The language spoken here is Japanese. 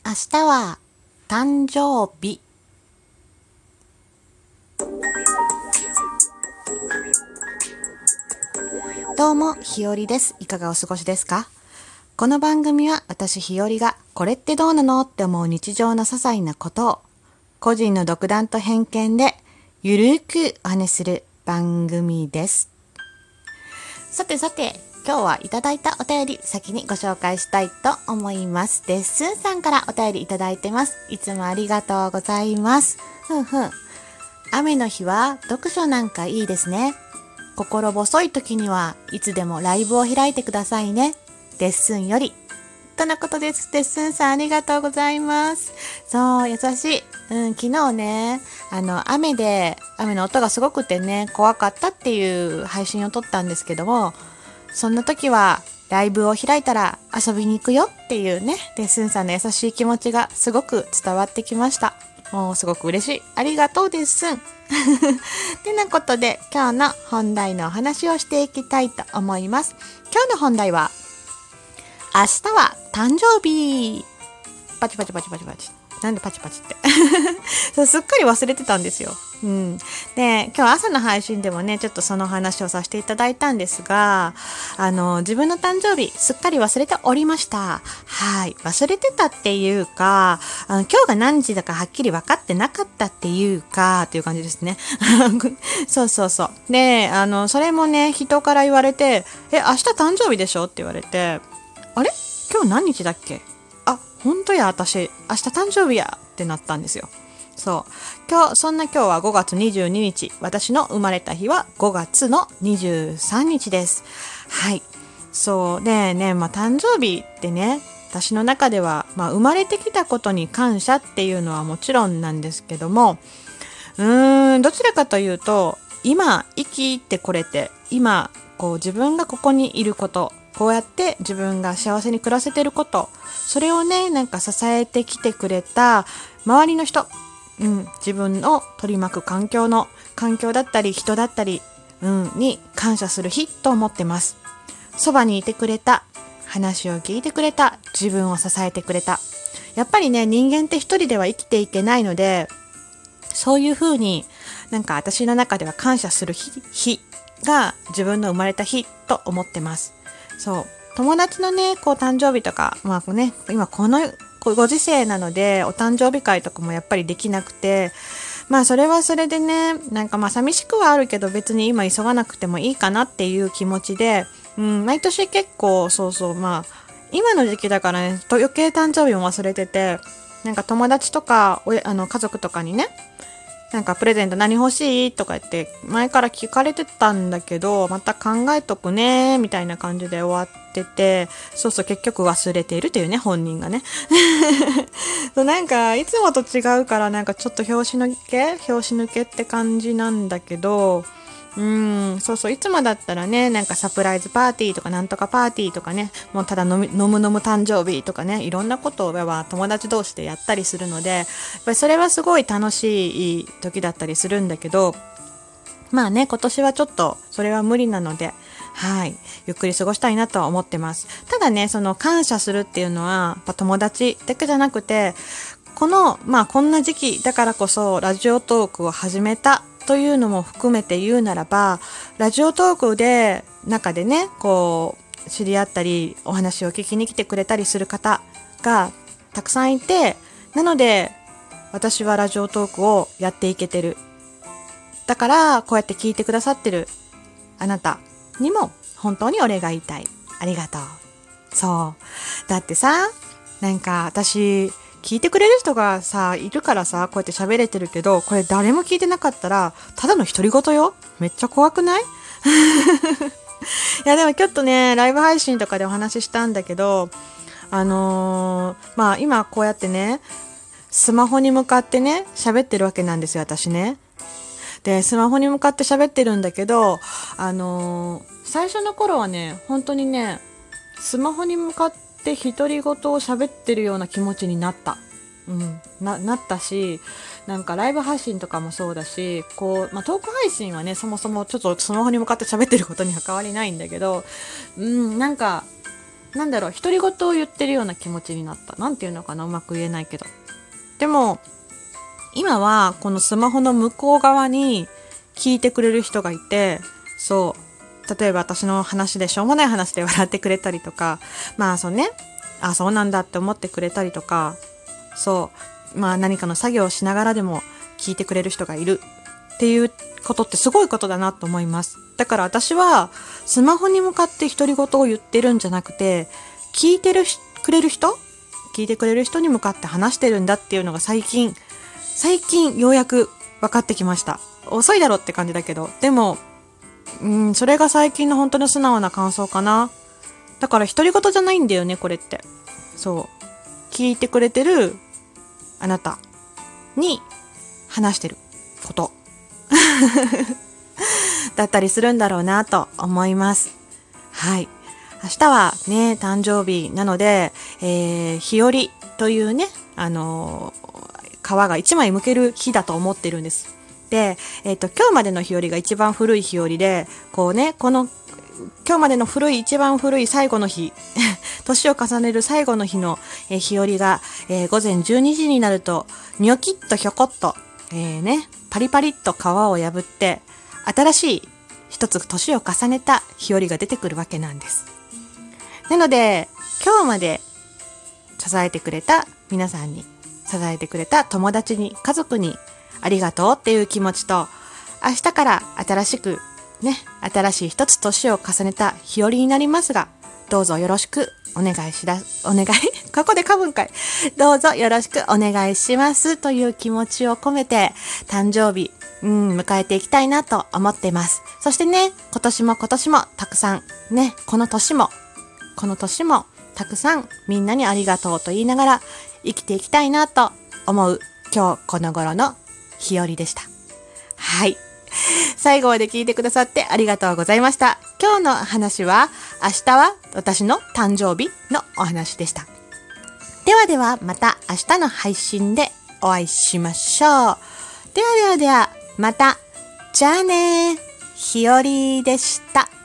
明日は誕生日。どうも、ひよりです。いかがお過ごしですか？この番組は私ひよりがこれってどうなのって思う日常の些細なことを個人の独断と偏見でゆるーくお話しする番組です。さて、今日はいただいたお便り先にご紹介したいと思います。でっすんさんからお便りいただいてます。いつもありがとうございます。雨の日は読書なんかいいですね。心細い時にはいつでもライブを開いてくださいね。でっすんより。とのことです。でっすんさんありがとうございます。そう、優しい。昨日ね、雨の音がすごくてね、怖かったっていう配信を撮ったんですけども、そんな時はライブを開いたら遊びに行くよっていうね、でっすんさんの優しい気持ちがすごく伝わってきました。もうすごく嬉しい。ありがとうでっすん。てなことで今日の本題のお話をしていきたいと思います。今日の本題は明日は誕生日。パチパチパチパチパチ。なんでパチパチってそう、すっかり忘れてたんですよ。で、今日朝の配信でもね、ちょっとその話をさせていただいたんですが、自分の誕生日、すっかり忘れておりました。はい。忘れてたっていうか、今日が何時だかはっきり分かってなかったっていうか、っていう感じですね。そう。で、それもね、人から言われて、明日誕生日でしょって言われて、あれ今日何日だっけ？本当や、私明日誕生日やってなったんですよ。そう。そんな今日は5月22日。私の生まれた日は5月の23日です。はい。そう。でね、誕生日ってね、私の中では、生まれてきたことに感謝っていうのはもちろんなんですけども、どちらかというと、今生きてこれて、今、自分がここにいること、こうやって自分が幸せに暮らせてること、それをね、支えてきてくれた周りの人、自分を取り巻く環境だったり人だったり、に感謝する日と思ってます。そばにいてくれた、話を聞いてくれた、自分を支えてくれた。やっぱりね、人間って一人では生きていけないので、そういう風に私の中では感謝する日が自分の生まれた日と思ってます。そう。友達のね、誕生日とか、今このご時世なので、お誕生日会とかもやっぱりできなくて、それはそれでね、寂しくはあるけど、別に今急がなくてもいいかなっていう気持ちで、毎年結構、今の時期だからね、余計誕生日も忘れてて、友達とか、家族とかにね、プレゼント何欲しいとか言って前から聞かれてたんだけど、また考えとくねみたいな感じで終わってて、結局忘れているというね、本人がねそういつもと違うからちょっと拍子抜けって感じなんだけど、いつもだったらね、サプライズパーティーとかなんとかパーティーとかね、もうただ飲む誕生日とかね、いろんなことを友達同士でやったりするので、やっぱりそれはすごい楽しい時だったりするんだけど、今年はちょっとそれは無理なので、はい、ゆっくり過ごしたいなとは思ってます。ただね、その感謝するっていうのはやっぱ友達だけじゃなくて、こんな時期だからこそラジオトークを始めたというのも含めて言うならば、ラジオトークで中でね、知り合ったりお話を聞きに来てくれたりする方がたくさんいて、なので私はラジオトークをやっていけてる。だからこうやって聞いてくださってるあなたにも本当にお礼が言いたい。ありがとう。そう。だってさ、私聞いてくれる人がさ、いるからさ、こうやって喋れてるけど、これ誰も聞いてなかったら、ただの独り言よ。めっちゃ怖くない？いや、でもちょっとね、ライブ配信とかでお話ししたんだけど、今こうやってね、スマホに向かってね、喋ってるわけなんですよ、私ね。で、スマホに向かって喋ってるんだけど、最初の頃はね、本当にね、スマホに向かって独り言を喋ってるような気持ちになった。なったし、ライブ配信とかもそうだし、トーク配信はね、そもそもちょっとスマホに向かって喋ってることには変わりないんだけど、 なんだろう、独り言を言ってるような気持ちになった。なんていうのかな、うまく言えないけど。でも、今はこのスマホの向こう側に聞いてくれる人がいて、そう、例えば私の話でしょうもない話で笑ってくれたりとか、まあそうね、あ、そうなんだって思ってくれたりとか、そう、まあ何かの作業をしながらでも聞いてくれる人がいるっていうことってすごいことだなと思います。だから私はスマホに向かって独り言を言ってるんじゃなくて、聞いてくれる人聞いてくれる人に向かって話してるんだっていうのが最近ようやく分かってきました。遅いだろって感じだけど、でも、それが最近の本当の素直な感想かな。だから独り言じゃないんだよね、これって。そう。聞いてくれてるあなたに話してることだったりするんだろうなと思います。はい。明日はね、誕生日なので、日和というね、皮が一枚剥ける日だと思ってるんです。で、今日までの日和が一番古い日和で、こうね、この今日までの一番古い最後の日年を重ねる最後の日の、日和が、午前12時になるとニョキッとひょこっと、パリパリっと皮を破って新しい一つ年を重ねた日和が出てくるわけなんです。なので今日まで支えてくれた皆さんに、支えてくれた友達に、家族にありがとうっていう気持ちと、明日から新しい一つ年を重ねた日和になりますが、どうぞよろしくお願いここで噛むんかい。どうぞよろしくお願いしますという気持ちを込めて誕生日迎えていきたいなと思っています。そしてね、今年もたくさんね、この年もたくさんみんなにありがとうと言いながら生きていきたいなと思う今日この頃の日和でした。はい。最後まで聞いてくださってありがとうございました。今日の話は、明日は私の誕生日のお話でした。ではまた明日の配信でお会いしましょう。ではまた。じゃあね。ひよりでした。